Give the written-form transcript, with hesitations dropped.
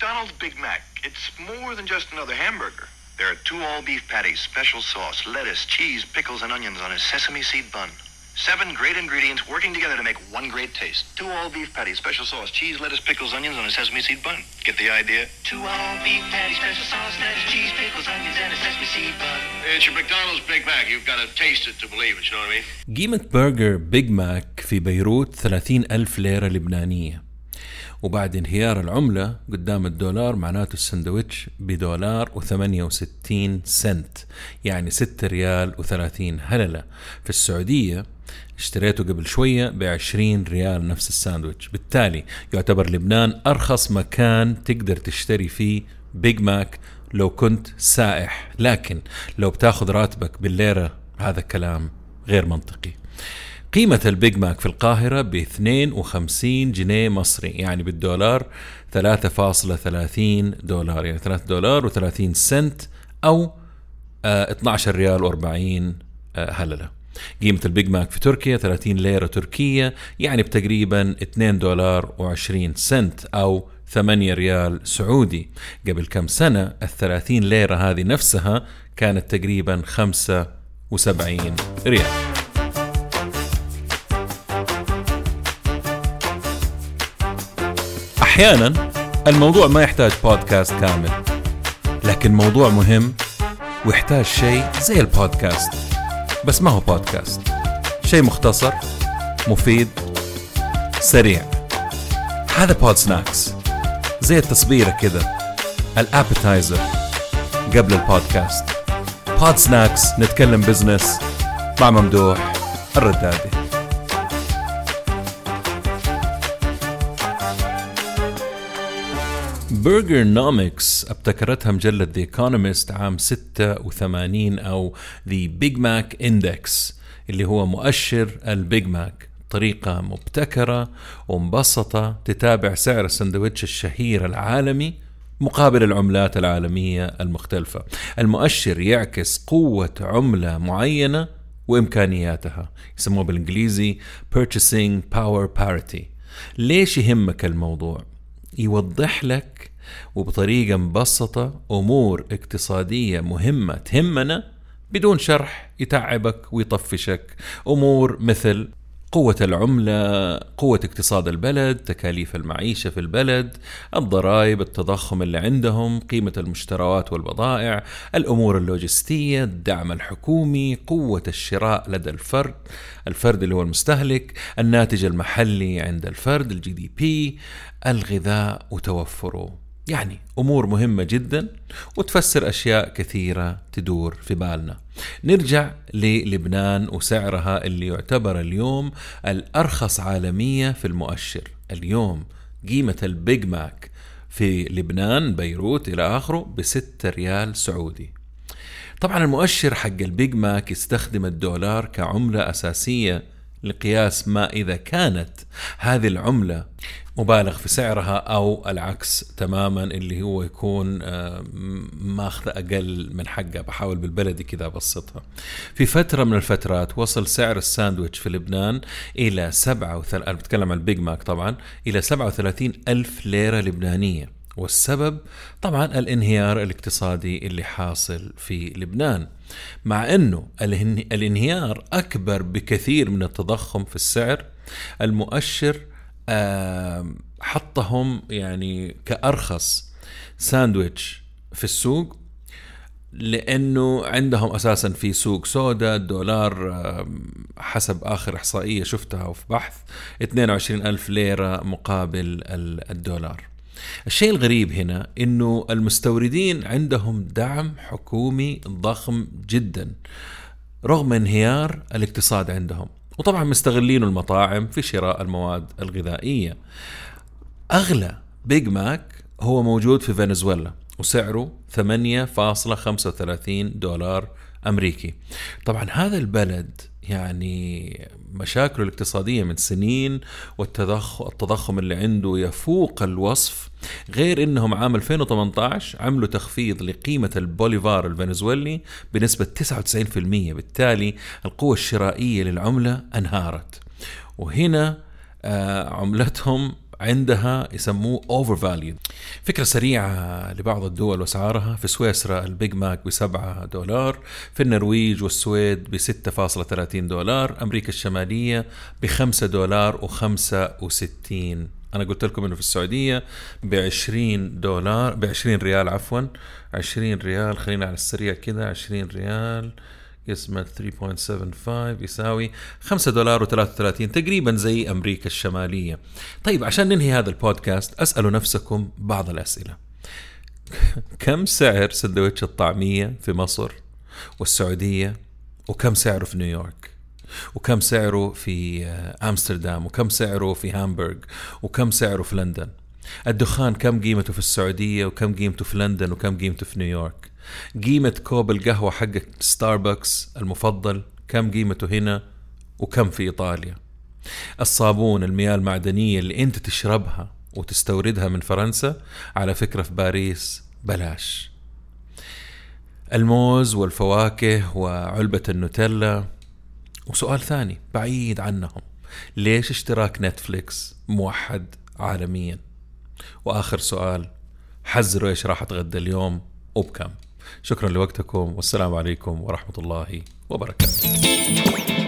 McDonald's Big Mac. It's more than just another hamburger. There are 2 all-beef patties, special sauce, lettuce, cheese, pickles, and onions on a sesame seed bun. 7 great ingredients working together to make one great taste. 2 all-beef patties, special sauce, cheese, lettuce, pickles, onions on a sesame seed bun. Get the idea? 2 all-beef patties, special sauce, lettuce, cheese, pickles, onions, and a sesame seed bun. It's your McDonald's Big Mac. You've got to taste it to believe it, you know what I mean? قيمة برجر بيج ماك في بيروت 30,000 ليرة لبنانية، وبعد انهيار العملة قدام الدولار معناته السندويتش $1.68، يعني 6 ريال و30 هللة. في السعودية اشتريته قبل شوية ب20 ريال نفس الساندويتش، بالتالي يعتبر لبنان أرخص مكان تقدر تشتري فيه بيج ماك لو كنت سائح. لكن لو بتاخذ راتبك بالليرة هذا كلام غير منطقي. قيمة البيج ماك في القاهرة ب52 جنيه مصري، يعني بالدولار 3.30 دولار، يعني $3.30 أو 12 ريال و40 هللة. قيمة البيج ماك في تركيا 30 ليرة تركية، يعني بتقريبا $2.20 أو 8 ريال سعودي. قبل كم سنة 30 ليرة هذه نفسها كانت تقريبا 75 ريال. أحيانا الموضوع ما يحتاج بودكاست كامل، لكن موضوع مهم ويحتاج شيء زي البودكاست، بس ما هو بودكاست، شيء مختصر مفيد سريع. هذا بود سناكس، زي التصبيرة كذا، الابيتايزر قبل البودكاست. بود سناكس، نتكلم بزنس مع ممدوح الردادي. برجرنومكس ابتكرتها مجلة The Economist عام 86، أو The Big Mac Index، اللي هو مؤشر البيج ماك. طريقة مبتكرة ومبسطة تتابع سعر السندويتش الشهير العالمي مقابل العملات العالمية المختلفة. المؤشر يعكس قوة عملة معينة وإمكانياتها، يسموه بالإنجليزي Purchasing Power Parity. ليش يهمك الموضوع؟ يوضح لك وبطريقة مبسطة أمور اقتصادية مهمة تهمنا بدون شرح يتعبك ويطفشك. أمور مثل قوة العملة، قوة اقتصاد البلد، تكاليف المعيشة في البلد، الضرائب، التضخم اللي عندهم، قيمة المشتريات والبضائع، الأمور اللوجستية، الدعم الحكومي، قوة الشراء لدى الفرد اللي هو المستهلك، الناتج المحلي عند الفرد الGDP، الغذاء وتوفره. يعني أمور مهمة جدا وتفسر أشياء كثيرة تدور في بالنا. نرجع للبنان وسعرها اللي يعتبر اليوم الأرخص عالمية في المؤشر. اليوم قيمة البيج ماك في لبنان بيروت إلى آخره ب6 ريال سعودي. طبعا المؤشر حق البيج ماك يستخدم الدولار كعملة أساسية لقياس ما إذا كانت هذه العملة مبالغ في سعرها أو العكس تماما، اللي هو يكون ماخذ أقل من حقه. بحاول بالبلدي كذا أبسطها. في فترة من الفترات وصل سعر الساندويتش في لبنان إلى أنا بتكلم عن البيج ماك طبعا، إلى 37,000 ليرة لبنانية. والسبب طبعا الانهيار الاقتصادي اللي حاصل في لبنان، مع أنه الانهيار أكبر بكثير من التضخم في السعر. المؤشر حطهم يعني كأرخص ساندويتش في السوق، لأنه عندهم أساسا في سوق سودا. الدولار حسب آخر إحصائية شفتها في بحث 22,000 ليرة مقابل الدولار. الشيء الغريب هنا إنه المستوردين عندهم دعم حكومي ضخم جدا رغم انهيار الاقتصاد عندهم، وطبعا مستغلين المطاعم في شراء المواد الغذائية. أغلى بيج ماك هو موجود في فنزويلا وسعره 8.35 دولار أمريكي. طبعا هذا البلد يعني مشاكله الاقتصادية من سنين، والتضخم اللي عنده يفوق الوصف. غير انهم عام 2018 عملوا تخفيض لقيمة البوليفار الفنزويلي بنسبة 99%، بالتالي القوة الشرائية للعملة انهارت. وهنا عملتهم عندها يسموه overvalued. فكرة سريعة لبعض الدول وأسعارها: في سويسرا البيج ماك $7، في النرويج والسويد $6.30، أمريكا الشمالية $5.65. أنا قلت لكم إنه في السعودية $20 ريال، عفوا 20 ريال. خلينا على السريع كده، 20 ريال يسمى 3.75 يساوي $5.33 تقريبا زي أمريكا الشمالية. طيب عشان ننهي هذا البودكاست أسألوا نفسكم بعض الأسئلة. كم سعر سندويتش الطعمية في مصر والسعودية؟ وكم سعره في نيويورك؟ وكم سعره في أمستردام؟ وكم سعره في هامبورغ؟ وكم سعره في لندن؟ الدخان كم قيمته في السعودية وكم قيمته في لندن وكم قيمته في نيويورك؟ قيمة كوب القهوة حق ستاربكس المفضل كم قيمته هنا وكم في إيطاليا؟ الصابون، المياه المعدنية اللي انت تشربها وتستوردها من فرنسا، على فكرة في باريس بلاش. الموز والفواكه وعلبة النوتيلا. وسؤال ثاني بعيد عنهم: ليش اشتراك نتفليكس موحد عالميا؟ وآخر سؤال: حذروا ايش راح اتغدى اليوم وبكم؟ شكرا لوقتكم، والسلام عليكم ورحمة الله وبركاته.